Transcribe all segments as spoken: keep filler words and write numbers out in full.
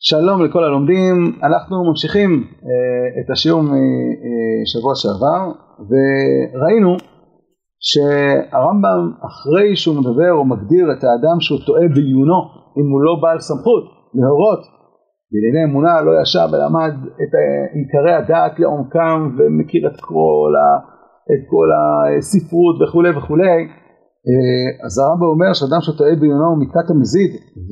שלום לכל הלומדים, אנחנו ממשיכים אה, את השיעור משבוע שעבר, וראינו שהרמב"ם אחרי שהוא מדבר או מגדיר את האדם שהוא טועה בעיונו, אם הוא לא בעל סמכות להורות בענייני אמונה, לא ישב ולמד את עיקרי הדעת לעומקם ומכיר את כל, ה, את כל הספרות וכו' וכו', אז הרמב"ם אומר שאדם שטועה בעיונו הוא מכת המזיד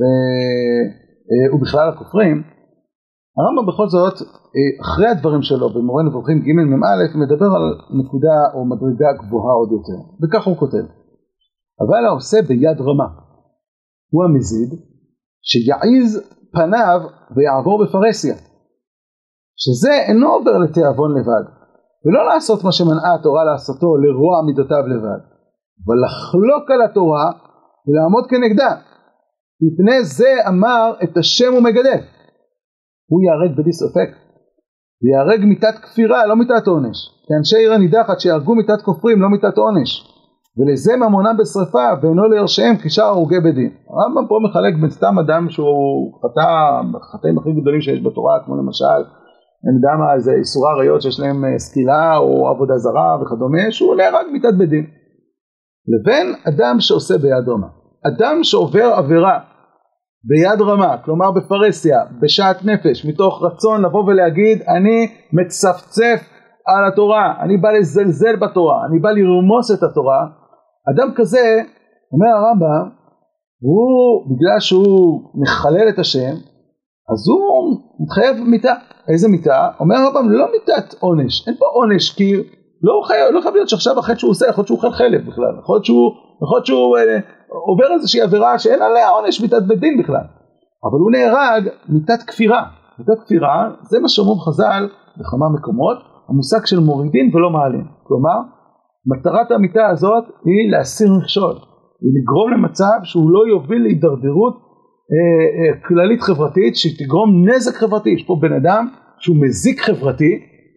והוא בכלל הכופרים. הרמב"ם בכל זאת אחרי הדברים שלו במורה נבוכים ג' מ"א מדבר על נקודה או מדרגה גבוהה עוד יותר, וכך הוא כותב: אבל העושה ביד רמה הוא המזיד שיעיז פניו ויעבור בפרסיה, שזה אינו עובר לתיאבון לבד, ולא לעשות מה שמנעה התורה לעשותו, לרוע מידותיו לבד, אבל לחלוק על התורה ולעמוד כנגדה. מפני זה אמר את השם ומגדף, הוא יהרג בלי ספק, ויהרג מיתת כפירה לא מיתת עונש, כי אנשי עיר הנידחת שיהרגו מיתת כופרים לא מיתת עונש, ולזה ממונם בשרפה ואינו ליורשיהם כשאר הרוגי בדין. הרמב"ם פה מחלק בין סתם אדם שהוא חטא, החטאים הכי גדולים שיש בתורה, כמו למשל אני יודע מה, איזה איסורי עריות שיש להם סקילה או עבודה זרה וכדומה, שהוא נהרג מיתת בדין, לבין אדם שעושה ביד רמה. אדם שעובר עבירה ביד רמה, כלומר בפרסיה, בשעת נפש, מתוך רצון לבוא ולהגיד אני מצפצף על התורה, אני בא לזלזל בתורה, אני בא לרמוס את התורה, אדם כזה, אומר הרמב"ם, הוא בגלל שהוא מחלל את השם, אז הוא מתחייב מיתה. איזה מיתה? אומר הרמב"ם, לא מיתת עונש, אין פה עונש, כי לא חייב, לא חייב להיות שעכשיו החטא שהוא עושה, יכול להיות שהוא אוכל חלב בכלל, יכול להיות שהוא, יכול להיות שהוא אה, עובר איזושהי עבירה שאין עליה עונש מיתת בית דין בכלל, אבל הוא נהרג מיתת כפירה. מיתת כפירה זה מה שאומרים חז"ל בכמה מקומות, המושג של מורידין ולא מעלים, כלומר מטרת המיתה הזאת היא להסיר מכשול, היא לגרום למצב שהוא לא יוביל להידרדרות אה, אה, כללית חברתית שתגרום נזק חברתי. יש פה בן אדם שהוא מזיק חברתי,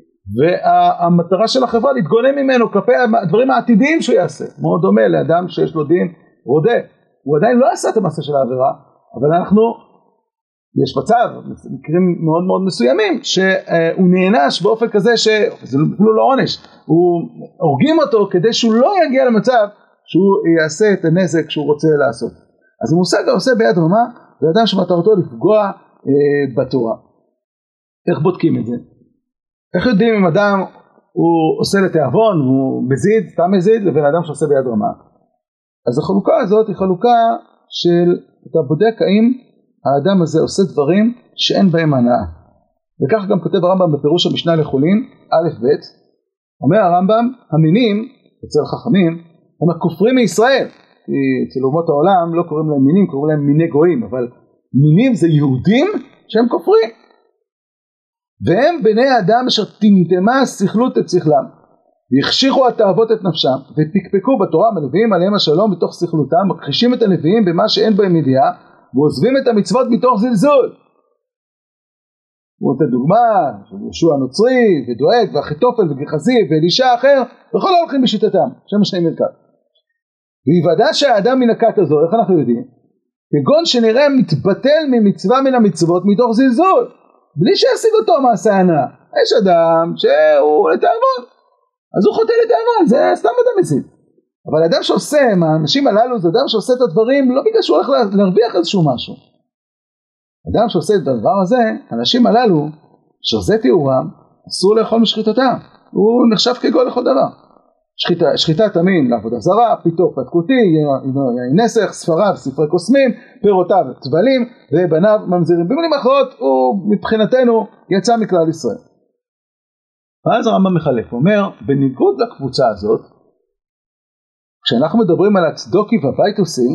והמטרה של החברה להתגונן ממנו כלפי הדברים העתידיים שהוא יעשה. מאוד דומה לאדם שיש לו דין רודה, הוא עדיין לא עשה את המעשה של העבירה, אבל אנחנו, יש מצב, מקרים מאוד מאוד מסוימים, שהוא נענש באופן כזה שזה אפילו לא עונש, הוא הורגים אותו כדי שהוא לא יגיע למצב שהוא יעשה את הנזק שהוא רוצה לעשות. אז המושג העושה ביד רמה זה אדם שמטרתו לפגוע אה, בתורה. איך בודקים את זה? איך יודעים אם אדם הוא עושה לתיאבון, הוא מזיד, סתם מזיד, לבין אדם שעושה ביד רמה? אז החלוקה הזאת היא חלוקה של, אתה בודק האם האדם הזה עושה דברים שאין בהם הנאה. וכך גם כותב הרמב"ם בפירוש המשנה לחולין, א' ב', אומר הרמב"ם, המינים, אצל חכמים, הם הכופרים מישראל. כי אצל אומות העולם לא קוראים להם מינים, קוראים להם מיני גויים, אבל מינים זה יהודים שהם כופרים. והם בני האדם אשר טמטמה שכלות את שכלם, והחשיכו התאוות את נפשם, ופקפקו בתורה מנביאים עליהם השלום בתוך שכלותם, מכחישים את הנביאים במה שאין בהם ידיעה, ועוזבים את המצוות מתוך זלזול. הוא נותן דוגמה של יהושע הנוצרי, ודואג, ואחיתופל, וגחזי, ואלישע אחר, וכל ההולכים בשיטתם, שם שני מרכב. ויוודע שהאדם מן הכת הזו, איך אנחנו יודעים? כגון שנראה מתבטל ממצווה מן המצוות מתוך זלזול, בלי שישיג אותו מעשה הנאה. יש אדם שהוא לתאבון, אז הוא חוטא לתאבון, זה סתם אדם מזיד. אבל אדם שעושה, האנשים הללו זה אדם שעושה את הדברים לא בגלל שהוא הולך להרוויח איזשהו משהו. אדם שעושה את הדבר הזה, האנשים הללו, שזה תיאורם, אסור לאכול משחיתותם. הוא נחשב כגוי לכל דבר. שחיטה, שחיטת המין לעבודה זרה, פיתו פתקותי, נסך, ספריו, ספרי קוסמים, פירותיו, טבלים, ובניו ממזירים. במילים אחרות, הוא מבחינתנו יצא מכלל ישראל. ואז הרמב"ם מחלק, הוא אומר, בניגוד לקבוצה הזאת, כשאנחנו מדברים על הצדוקי והבייטוסי,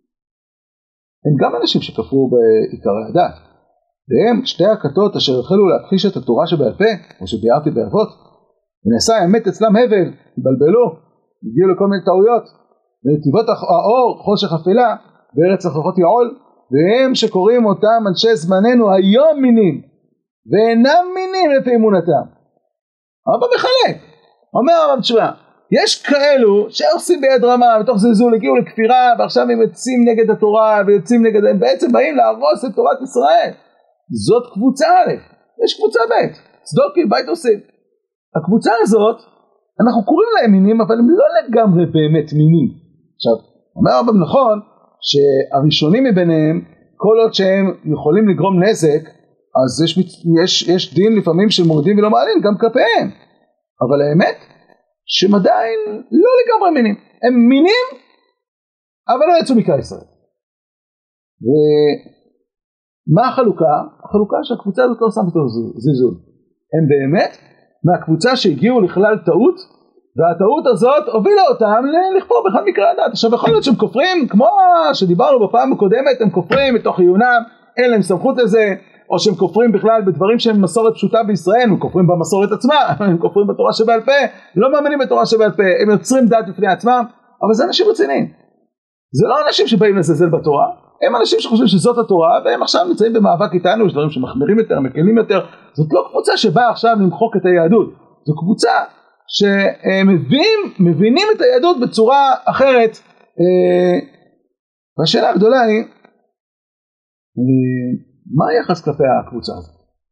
הם גם אנשים שכפרו בעיקרי הדת. והם שתי הכתות אשר החלו להכחיש את התורה שבעל פה, או שביארתי באבות, ונעשה האמת אצלם הבל, התבלבלו, הגיעו לכל מיני טעויות, ונתיבות האור, חושך אפלה, וארץ החוכות יעול, והם שקוראים אותם אנשי זמננו היום מינים, ואינם מינים לפי אמונתם. הרמב"ם מחלק, אומר הרמב"ם תשמע, יש כאלו שעושים ביד רמה, בתוך זלזול הגיעו לכפירה, ועכשיו הם יוצאים נגד התורה, ויוצאים נגד, הם בעצם באים להרוס את תורת ישראל. זאת קבוצה א', יש קבוצה ב', צדוקי, בית עושים. הקבוצה הזאת, אנחנו קוראים להם מינים, אבל הם לא לגמרי באמת מינים. עכשיו, אומר הרמב"ם נכון, שהראשונים מביניהם, כל עוד שהם יכולים לגרום נזק, אז יש, יש, יש דין לפעמים של מורדים ולא מעלים, גם כלפיהם. אבל האמת, שהם עדיין לא לגמרי מינים. הם מינים, אבל לא יצאו מכלל ישראל. ומה החלוקה? החלוקה שהקבוצה הזאת לא שמת אותו זלזול. הם באמת מהקבוצה שהגיעו לכלל טעות, והטעות הזאת הובילה אותם לכפור באחד מקראי הדת. עכשיו יכול להיות שהם כופרים, כמו שדיברנו בפעם הקודמת, הם כופרים מתוך עיונם, אין להם סמכות לזה, או שהם כופרים בכלל בדברים שהם מסורת פשוטה בישראל, הם כופרים במסורת עצמה, הם כופרים בתורה שבעל פה, לא מאמינים בתורה שבעל פה, הם יוצרים דת בפני עצמם, אבל זה אנשים רציניים. זה לא אנשים שבאים לזלזל בתורה, הם אנשים שחושבים שזאת התורה, והם עכשיו נמצאים במאבק איתנו, יש דברים שמחמירים יותר, מקלים יותר. זאת לא קבוצה שבאה עכשיו למחוק את היהדות, זו קבוצה שמבינים, מבינים את היהדות בצורה אחרת. והשאלה הגדולה היא, מה היחס כלפי הקבוצה הזאת?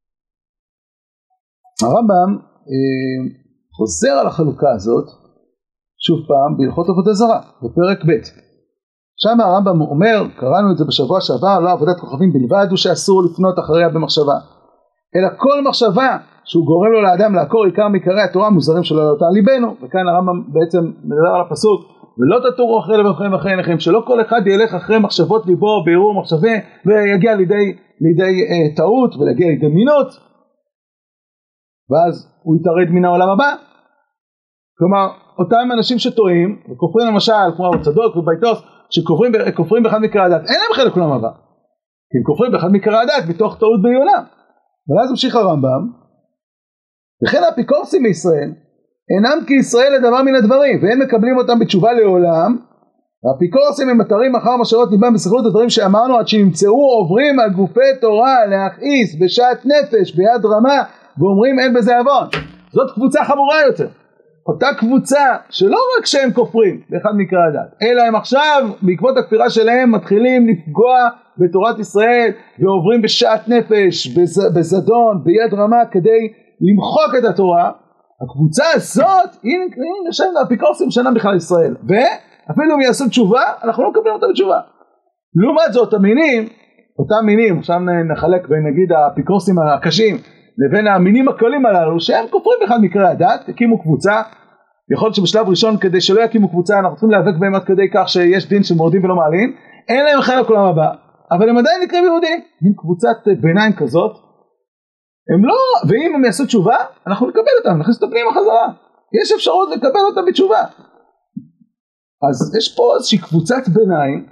הרמב"ם חוזר על החלוקה הזאת, שוב פעם, בהלכות עבודה זרה, בפרק ב'. שם הרמב"ם אומר, קראנו את זה בשבוע שעבר, לא עבודת כוכבים בלבד הוא שאסור לפנות אחריה במחשבה, אלא כל מחשבה שהוא גורם לו לאדם לעקור עיקר מעיקרי התורה מוזרים שלא עלתה על ליבנו. וכאן הרמב"ם בעצם מדבר על הפסוק, ולא תטורו אחרי לבבכם ואחרי עיניכם, שלא כל אחד ילך אחרי מחשבות ליבו בערעור מחשבה ויגיע לידי, לידי אה, טעות ולהגיע לידי מינות, ואז הוא יתרד מן העולם הבא. כלומר, אותם אנשים שטועים וכופרים, למשל כמו צדוק וביתוס, שכופרים באחד מקראי הדת, אין להם חלק לעולם הבא, כי הם כופרים באחד מקראי הדת בתוך טעות בעיונם. ולאז ממשיך הרמב"ם, וכן האפיקורסים בישראל אינם כישראל לדבר מן הדברים, ואין מקבלים אותם בתשובה לעולם. האפיקורסים הם מתרים אחר משאלות ליבם בסכלות הדברים שאמרנו, עד שנמצאו עוברים על גופי תורה להכעיס בשעת נפש ביד רמה ואומרים אין בזה עוון. זאת קבוצה חמורה יותר, אותה קבוצה שלא רק שהם כופרים באחד מקראי הדת, אלא הם עכשיו בעקבות הכפירה שלהם מתחילים לפגוע בתורת ישראל ועוברים בשעת נפש, בזדון, ביד רמה, כדי למחוק את התורה. הקבוצה הזאת היא נחשב לאפיקורסים שאינם בכלל ישראל, ואפילו אם יעשו תשובה אנחנו לא מקבלים אותה בתשובה. לעומת זאת המינים, אותם מינים, עכשיו נחלק בין נגיד האפיקורסים הקשים לבין המינים הקלים הללו שהם כופרים באחד מקראי הדת, הקימו קבוצה. יכול להיות שבשלב ראשון כדי שלא יקימו קבוצה אנחנו צריכים להיאבק בהם עד כדי כך שיש דין של מורדים ולא מעלים, אין להם חלק לעולם הבא, אבל הם עדיין נקראים יהודים, עם קבוצת ביניים כזאת. הם לא, ואם הם יעשו תשובה אנחנו נקבל אותם, נכניס את הפנים החזרה, יש אפשרות לקבל אותם בתשובה. אז יש פה איזושהי קבוצת ביניים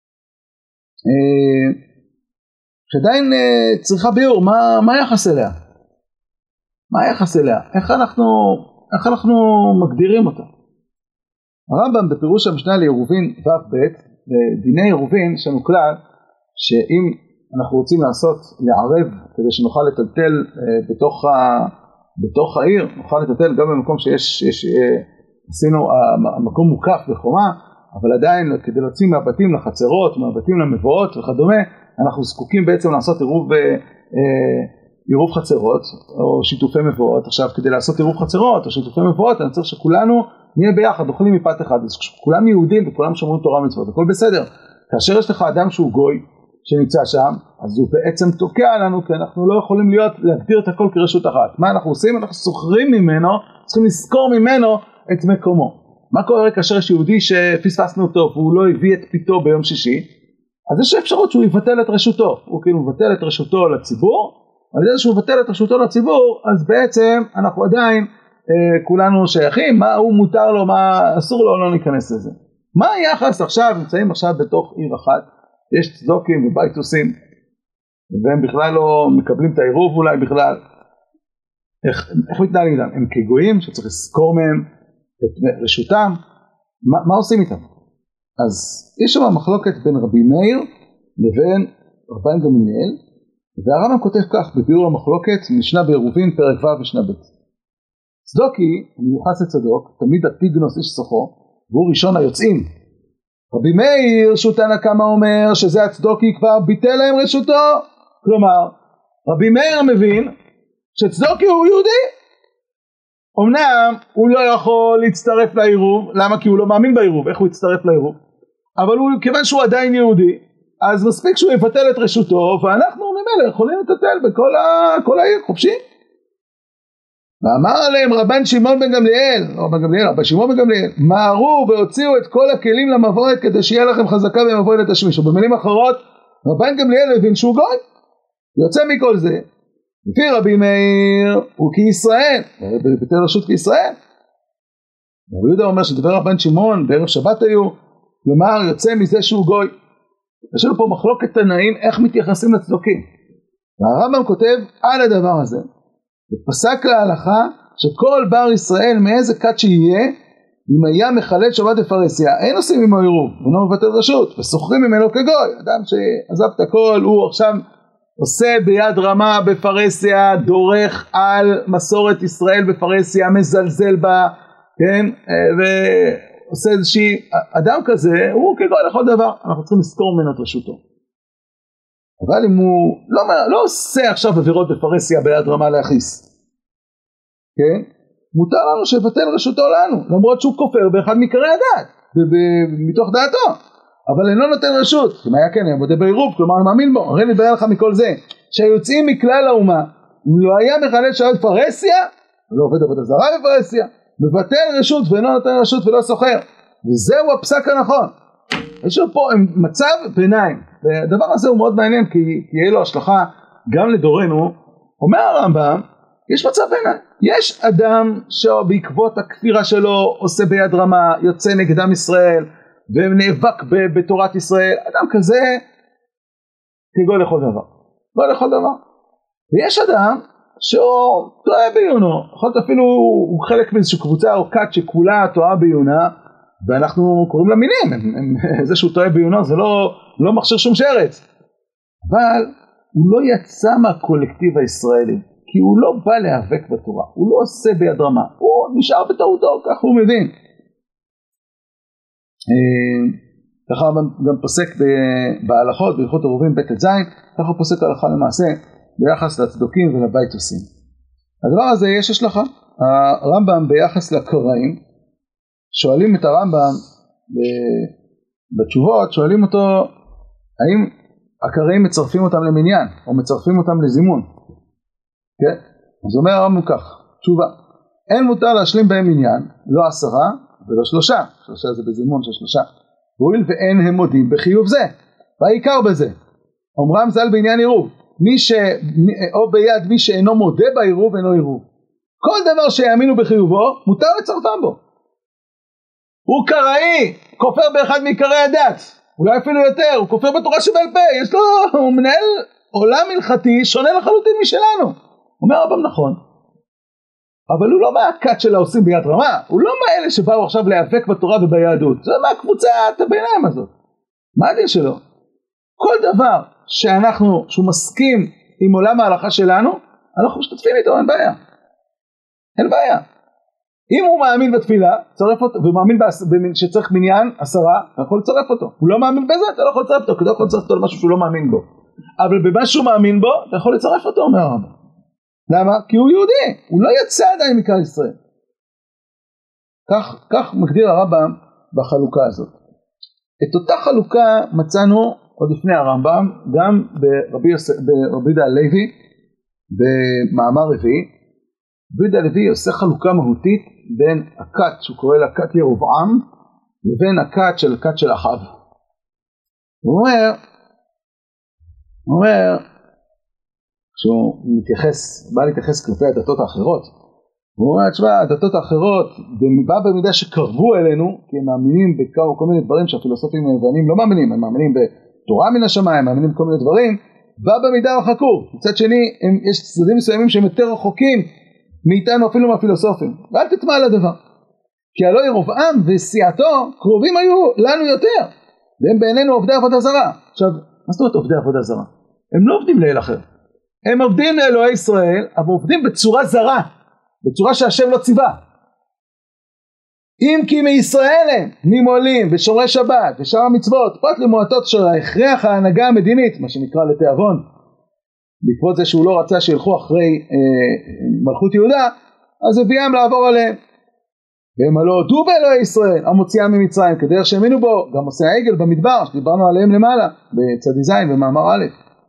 שעדיין צריכה ביור, מה, מה היחס אליה? מה היחס אליה? איך אנחנו, איך אנחנו מגדירים אותה? הרמב"ם בפירוש המשנה לעירובין ו' ב', בדיני עירובין יש לנו כלל שאם אנחנו רוצים לעשות, לערב כדי שנוכל לטלטל אה, בתוך, ה, בתוך העיר, נוכל לטלטל גם במקום שיש, יש, אה, עשינו, המקום מוקף בחומה, אבל עדיין כדי להוציא מהבתים לחצרות, מהבתים למבואות וכדומה, אנחנו זקוקים בעצם לעשות עירוב, אה, אה, עירוב חצרות או שיתופי מבואות. עכשיו כדי לעשות עירוב חצרות או שיתופי מבואות אני צריך שכולנו נהיה ביחד, אוכלים מפת אחד, אז כולם יהודים וכולם שומרים תורה ומצוות, הכל בסדר. כאשר יש לך אדם שהוא גוי שנמצא שם, אז הוא בעצם תוקע לנו, כי אנחנו לא יכולים להיות, להגדיר את הכל כרשות אחת. מה אנחנו עושים? אנחנו סוחרים ממנו, צריכים לזכור ממנו את מקומו. מה קורה כאשר יש יהודי שפספסנו אותו והוא לא הביא את פיתו ביום שישי? אז יש אפשרות שהוא יבטל את רשותו, הוא כאילו מבטל את רשותו לציבור, על ידי שהוא מבטל את רשותו לציבור, אז בעצם אנחנו עדיין אה, כולנו שייכים, מה הוא מותר לו, מה אסור לו, לא ניכנס לזה. מה היחס עכשיו, נמצאים עכשיו בתוך עיר אחת, יש צדוקים ובייתוסים, והם בכלל לא מקבלים את העירוב אולי בכלל. איך, איך מתנהלים איתם? הם כגויים שצריך לזכור מהם את רשותם, מה, מה עושים איתם? אז יש שם מחלוקת בין רבי מאיר לבין רבן גמליאל, והרמב"ם כותב כך בביאור המחלוקת, משנה בעירובין פרק ו' משנה ב'. צדוקי, מיוחס לצדוק, תמיד הפיגנוס איש סוחו, והוא ראשון היוצאים. רבי מאיר שהוא תנא קמא אומר שזה הצדוקי כבר ביטל להם רשותו, כלומר רבי מאיר מבין שצדוקי הוא יהודי. אמנם הוא לא יכול להצטרף לעירוב, למה? כי הוא לא מאמין בעירוב, איך הוא יצטרף לעירוב? אבל הוא, כיוון שהוא עדיין יהודי, אז מספיק שהוא יפתל את רשותו, ואנחנו ממילא יכולים לטטל בכל ה... כל העיר חופשי. ואמר עליהם רבן שמעון בן גמליאל, לא בן גמליאל, רבן שמעון בן גמליאל, מהרו והוציאו את כל הכלים למבורת כדי שיהיה לכם חזקה במבורת לתשמיש. ובמילים אחרות, רבן גמליאל הבין שהוא גוי. יוצא מכל זה, לפי רבי מאיר הוא כישראל, ביטל רשות כישראל. רבי יהודה אומר שדבר רבן שמעון בערב שבת היו, כלומר יוצא מזה שהוא גוי. יש לנו פה מחלוקת תנאים איך מתייחסים לצדוקים. והרמב"ם כותב על הדבר הזה, ופסק להלכה שכל בר ישראל מאיזה כת שיהיה, אם היה מחלל שבת בפרהסיה, אין עושים עמו עירוב, אינו מבטל רשות, וסוחרים ממנו כגוי. אדם שעזב את הכל, הוא עכשיו עושה ביד רמה בפרהסיה, דורך על מסורת ישראל בפרהסיה, מזלזל בה, כן, ועושה איזושהי, אדם כזה, הוא כגוי לכל דבר, אנחנו צריכים לזכור ממנו את רשותו. אבל אם הוא לא, לא עושה עכשיו עבירות בפרהסיה ביד רמה להכיס, כן, מותר לנו שיבטל רשותו לנו, למרות שהוא כופר באחד מקרי הדת, מתוך דעתו, אבל אינו נותן רשות. אם היה כן, היה מודה בעירוב, כלומר אני מאמין בו. הרי נדבר לך מכל זה, שהיוצאים מכלל האומה, אם לא היה מחלל שבת בפרהסיה, לא עובד עבודה זרה בפרהסיה, מבטל רשות ואינו נותן רשות ולא סוחר, וזהו הפסק הנכון. יש פה מצב ביניים, והדבר הזה הוא מאוד מעניין, כי תהיה לו השלכה גם לדורנו. אומר הרמב"ם, יש מצב ביניים, יש אדם שבעקבות הכפירה שלו עושה ביד רמה, יוצא נגדם ישראל, ונאבק בתורת ישראל. אדם כזה כגוי לכל דבר, לא לכל דבר. ויש אדם שהוא טועה בעיונו, יכול להיות אפילו הוא חלק מאיזושהי קבוצה או כת שכולה טועה בעיונה, ואנחנו קוראים לה מינים. הם, הם, זה שהוא טועה בעיונו זה לא, לא מכשיר שום שרץ, אבל הוא לא יצא מהקולקטיב הישראלי, כי הוא לא בא להיאבק בתורה, הוא לא עושה ביד רמה, הוא נשאר בטעותו, כך הוא מבין. ככה גם פוסק בהלכות, בהלכות עירובין ב' ט"ז, ככה הוא פוסק הלכה למעשה ביחס לצדוקים ולבית עושים. הדבר הזה יש השלכה. הרמב"ם ביחס לקראים, שואלים את הרמב"ם בתשובות, שואלים אותו האם הקראים מצרפים אותם למניין או מצרפים אותם לזימון. כן? אז אומר הרמב"ם כך, תשובה, אין מותר להשלים בהם מניין, לא עשרה ולא שלושה, שלושה זה בזימון של שלושה, והואיל ואין הם מודים בחיוב זה, והעיקר בזה, אומרם ז"ל בעניין עירוב, מי ש... או ביד מי שאינו מודה בעירוב אינו עירוב. כל דבר שיאמינו בחיובו מותר לצרפם בו. הוא קראי, כופר באחד מעיקרי הדת, אולי אפילו יותר, הוא כופר בתורה שבעל פה, יש לו, הוא מנהל עולם הלכתי שונה לחלוטין משלנו. אומר הרמב"ם נכון, אבל הוא לא מהכת של העושים ביד רמה, הוא לא מאלה שבאו עכשיו להיאבק בתורה וביהדות, זה מהקבוצת הביניים הזאת. מה הדין שלו? כל דבר שאנחנו, שהוא מסכים עם עולם ההלכה שלנו, אנחנו משתתפים איתו, אין בעיה. אין בעיה. אם הוא מאמין בתפילה, צרף אותו, ומאמין שצריך מניין עשרה, אתה יכול לצרף אותו. הוא לא מאמין בזה, אתה לא יכול לצרף אותו, כי אתה יכול לצרף אותו למשהו שהוא לא מאמין בו. אבל במה שהוא מאמין בו, אתה יכול לצרף אותו, אומר הרמב"ם. למה? כי הוא יהודי, הוא לא יצא עדיין מכלל ישראל. כך, כך מגדיר הרמב"ם בחלוקה הזאת. את אותה חלוקה מצאנו עוד לפני הרמב"ם, גם ברבי יהודה הלוי, במאמר רביעי. רבי יהודה הלוי עושה חלוקה מהותית בין הכת שהוא קורא לה כת ירבעם, לבין הכת של הכת של אחאב. הוא אומר, הוא אומר, כשהוא מתייחס, בא להתייחס כלפי הדתות האחרות, הוא אומר, תשמע, הדתות האחרות, בא במידה שקרבו אלינו, כי הם מאמינים בכל מיני דברים שהפילוסופים היוונים לא מאמינים, הם מאמינים בתורה מן השמיים, הם מאמינים בכל מיני דברים, בא במידה רחקו. מצד שני, הם, יש צדדים מסוימים שהם יותר רחוקים מאיתנו אפילו מהפילוסופים, ואל תטמע על הדבר. כי הלא ירבעם וסיעתו קרובים היו לנו יותר, והם בעינינו עובדי עבודה זרה. עכשיו, מה זאת אומרת עובדי עבודה זרה? הם לא עובדים לאל אחר. הם עובדים לאלוהי ישראל, אבל עובדים בצורה זרה, בצורה שהשם לא ציווה. אם כי מישראל הם נימולים ושומרי שבת ושאר המצוות, פרט למועטות של ההכרח ההנהגה המדינית, מה שנקרא לתיאבון, בעקבות זה שהוא לא רצה שילכו אחרי אה, מלכות יהודה, אז הביאם לעבור עליהם. והם הלא הודו באלוהי ישראל המוציאם ממצרים כדרך שהאמינו בו, גם עושה העגל במדבר שדיברנו עליהם למעלה בצד זין במאמר א'.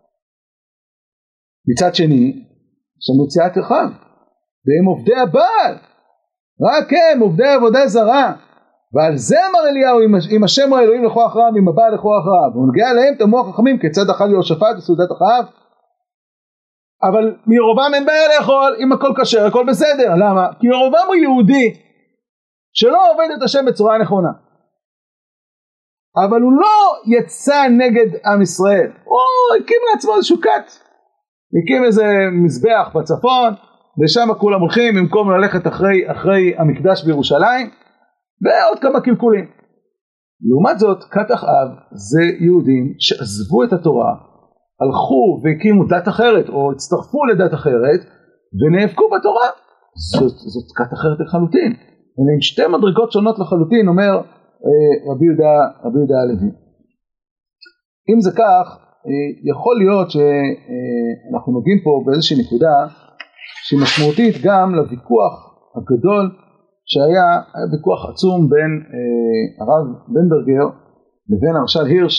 מצד שני יש לנו ציית אחיו, והם עובדי הבעל, רק הם עובדי עבודה זרה, ועל זה אמר אליהו, אם השם הוא אלוהים לכו אחריו, אם הבעל לכו אחריו, ונוגע להם תמו החכמים כיצד אכל יהושפט וסעודת אחאב. אבל מירובעם אין בעיה לאכול, אם הכל כשר הכל בסדר. למה? כי ירובעם הוא יהודי שלא עובד את השם בצורה נכונה, אבל הוא לא יצא נגד עם ישראל, הוא הקים לעצמו איזשהו קט, הקים איזה מזבח בצפון, ושם כולם הולכים במקום ללכת אחרי, אחרי המקדש בירושלים, ועוד כמה קלקולים. לעומת זאת, קט אחאב זה יהודים שעזבו את התורה, הלכו והקימו דת אחרת, או הצטרפו לדת אחרת, ונאבקו בתורה. זאת, זאת קט אחרת לחלוטין. אלה עם שתי מדרגות שונות לחלוטין, אומר רבי יהודה, רבי יהודה הלוי. אם זה כך, יכול להיות שאנחנו נוגעים פה באיזושהי נקודה שהיא משמעותית גם לוויכוח הגדול שהיה, היה ויכוח עצום בין הרב בנברגר לבין הרש"ל הירש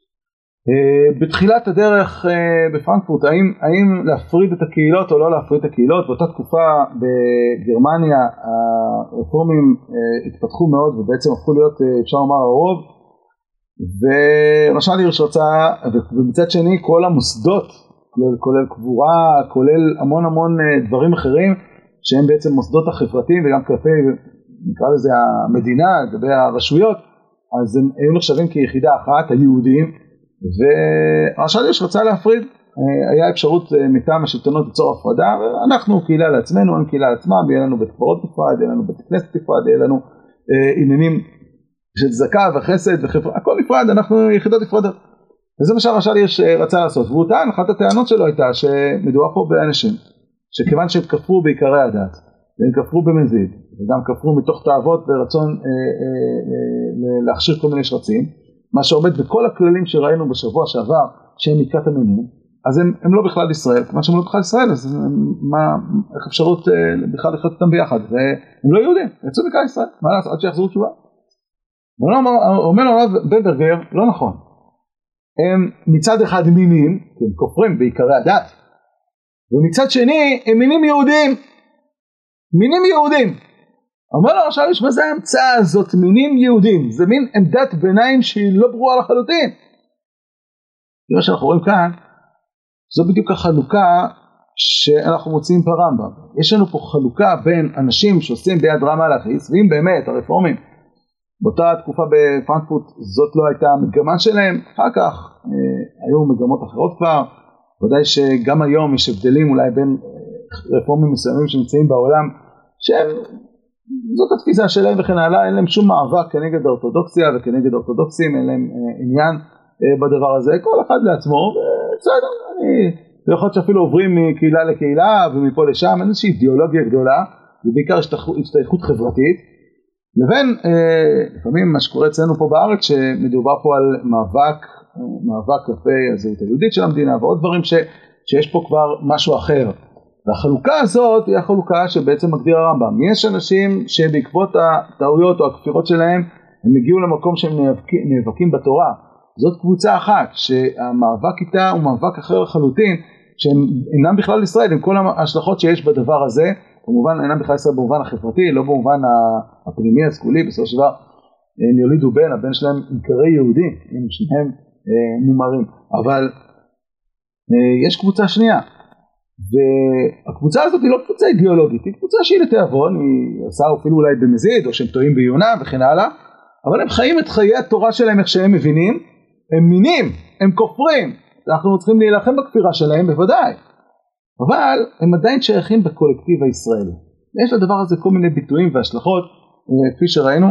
בתחילת הדרך בפרנקפורט, האם, האם להפריד את הקהילות או לא להפריד את הקהילות. באותה תקופה בגרמניה הרפורמים התפתחו מאוד ובעצם הפכו להיות, אפשר לומר, הרוב, והרש"ל הירש רצה, ומצד שני כל המוסדות, כולל, כולל קבורה, כולל המון המון דברים אחרים שהם בעצם מוסדות החברתיים וגם כלפי, נקרא לזה המדינה, כלפי הרשויות, אז הם היו נחשבים כיחידה אחת, היהודים, והרש"ל הירש רצה להפריד. היה אפשרות מטעם השלטונות ליצור הפרדה, ואנחנו קהילה לעצמנו, אין קהילה לעצמם, יהיה לנו בית קברות נפרד, יהיה לנו בית כנסת נפרד, יהיה לנו אה, עניינים של צדקה וחסד וחברה, הכל נפרד, אנחנו יחידות נפרדות. וזה מה שהרש"ל הירש רצה לעשות, והוא טען, אחת הטענות שלו הייתה שמדובר פה באנשים שכיוון שהם כפרו בעיקרי הדת, והם כפרו במזיד, וגם כפרו מתוך תאוות ורצון אה, אה, אה, להכשיר כל מיני שרצים, מה שעומד בכל הכללים שראינו בשבוע שעבר שהם מקראת המינים, אז הם, הם לא בכלל ישראל. כיוון שהם לא בכלל ישראל, אז מה, איך אפשרות אה, בכלל לחיות איתם ביחד? והם לא יהודים, יצאו מקראת ישראל, מה לעשות? עד שיחזרו תשובה. אומר לו בנברגר, לא נכון. הם מצד אחד מינים, כי הם כופרים בעיקרי הדת, ומצד שני הם מינים יהודים. מינים יהודים. אומר לו הרש"ל הירש, מה זה ההמצאה הזאת, מינים יהודים? זה מין עמדת ביניים שהיא לא ברורה לחלוטין. מה שאנחנו רואים כאן, זו בדיוק החלוקה שאנחנו מוצאים ברמב"ם. יש לנו פה חלוקה בין אנשים שעושים ביד רמה להכעיס, ואם באמת הרפורמים באותה תקופה בפרנקפורט זאת לא הייתה המגמה שלהם, אחר כך אה, היו מגמות אחרות כבר, ודאי שגם היום יש הבדלים אולי בין רפורמים מסוימים שנמצאים בעולם, שהם, זאת התפיסה שלהם וכן הלאה, אין להם שום מאבק כנגד האורתודוקסיה וכנגד האורתודוקסים, אין להם אה, עניין אה, בדבר הזה, כל אחד לעצמו, בסדר, אני יכול להיות שאפילו עוברים מקהילה לקהילה ומפה לשם, אין איזושהי אידיאולוגיה גדולה, ובעיקר השתייכות חברתית, לבין אה, לפעמים מה שקורה אצלנו פה בארץ, שמדובר פה על מאבק, מאבק כלפי הזהות היהודית של המדינה, ועוד דברים ש, שיש פה כבר משהו אחר. והחלוקה הזאת היא החלוקה שבעצם מגדיר הרמב"ם. יש אנשים שבעקבות הטעויות או הכפירות שלהם, הם הגיעו למקום שהם נאבקים, נאבקים בתורה. זאת קבוצה אחת, שהמאבק איתה הוא מאבק אחר לחלוטין, שהם אינם בכלל ישראל, עם כל ההשלכות שיש בדבר הזה, כמובן אינם בכלל ישראל במובן החברתי, לא במובן הפנימי הסגולי, בסופו של דבר הם יולידו בן, הבן שלהם עיקרי יהודי, הם שניהם אה, מומרים, אבל אה, יש קבוצה שנייה, והקבוצה הזאת היא לא קבוצה אידיאולוגית, היא קבוצה שהיא לתיאבון, היא עושה אפילו אולי במזיד, או שהם טועים בעיונה וכן הלאה, אבל הם חיים את חיי התורה שלהם איך שהם מבינים, הם מינים, הם כופרים, אנחנו צריכים להילחם בכפירה שלהם בוודאי, אבל הם עדיין שייכים בקולקטיב הישראלי. יש לדבר הזה כל מיני ביטויים והשלכות, כפי שראינו,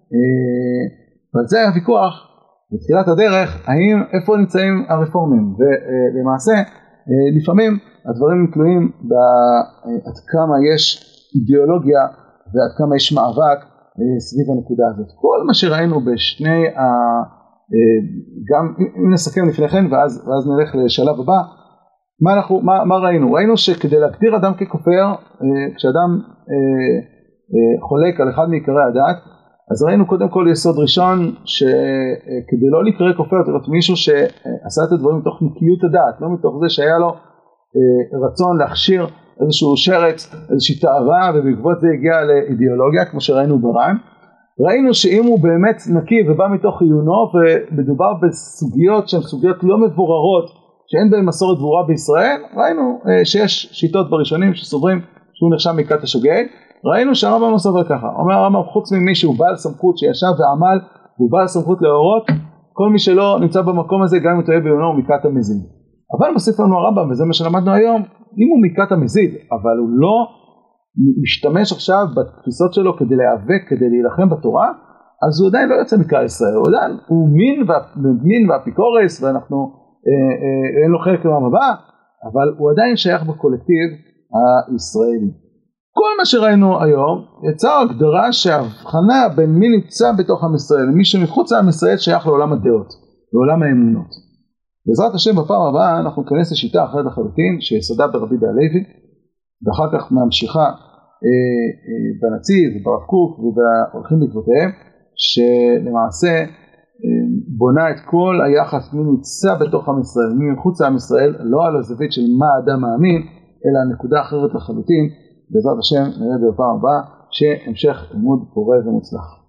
ועל זה היה ויכוח בתחילת הדרך, האם איפה נמצאים הרפורמים, ולמעשה לפעמים הדברים תלויים בעד כמה יש אידיאולוגיה ועד כמה יש מאבק סביב הנקודה הזאת. כל מה שראינו בשני, ה... גם אם נסכם לפני כן ואז, ואז נלך לשלב הבא, מה, אנחנו, מה, מה ראינו? ראינו שכדי להגדיר אדם ככופר, אה, כשאדם אה, אה, חולק על אחד מעיקרי הדת, אז ראינו קודם כל יסוד ראשון, שכדי לא להיקרא כופר, זאת אומרת מישהו שעשה את הדברים מתוך נקיות הדעת, לא מתוך זה שהיה לו אה, רצון להכשיר איזשהו שרץ, איזושהי תאווה, ובעקבות זה הגיע לאידיאולוגיה, כמו שראינו ברן. ראינו שאם הוא באמת נקי ובא מתוך עיונו, ומדובר בסוגיות שהן סוגיות לא מבוררות, שאין בהן מסורת ברורה בישראל, ראינו אה, שיש שיטות בראשונים שסוברים שהוא נחשב מכת השוגג. ראינו שהרמב"ם לא סובר ככה. אומר הרמב"ם, חוץ ממי שהוא בעל סמכות שישב ועמל, והוא בעל סמכות להורות, כל מי שלא נמצא במקום הזה, גם אם הוא טועה בעיונו, הוא מכת המזיד. אבל מוסיף לנו הרמב"ם, וזה מה שלמדנו היום, אם הוא מכת המזיד, אבל הוא לא משתמש עכשיו בתפיסות שלו כדי להיאבק, כדי להילחם בתורה, אז הוא עדיין לא יוצא מכלל ישראל. הוא עדיין, הוא מין, מין ואפיקורס, ואנחנו, אה, אה, אין לו חלק למעם הבא, אבל הוא עדיין שייך בקולקטיב הישראלי. כל מה שראינו היום יצר הגדרה שההבחנה בין מי נמצא בתוך עם ישראל ומי שמחוץ לעם ישראל שייך לעולם הדעות, לעולם האמונות. בעזרת השם בפעם הבאה אנחנו ניכנס לשיטה אחרת לחלוטין שיסודה ברבי יהודה הלוי, ואחר כך ממשיכה אה, אה, בנציב וברב קוק ובהולכים בעקבותיהם, שלמעשה אה, בונה את כל היחס מי נמצא בתוך עם ישראל ומי מחוץ לעם ישראל, לא על הזווית של מה האדם מאמין, אלא נקודה אחרת לחלוטין. בעזרת השם נראה בפעם הבאה שהמשך לימוד פורה ומוצלח.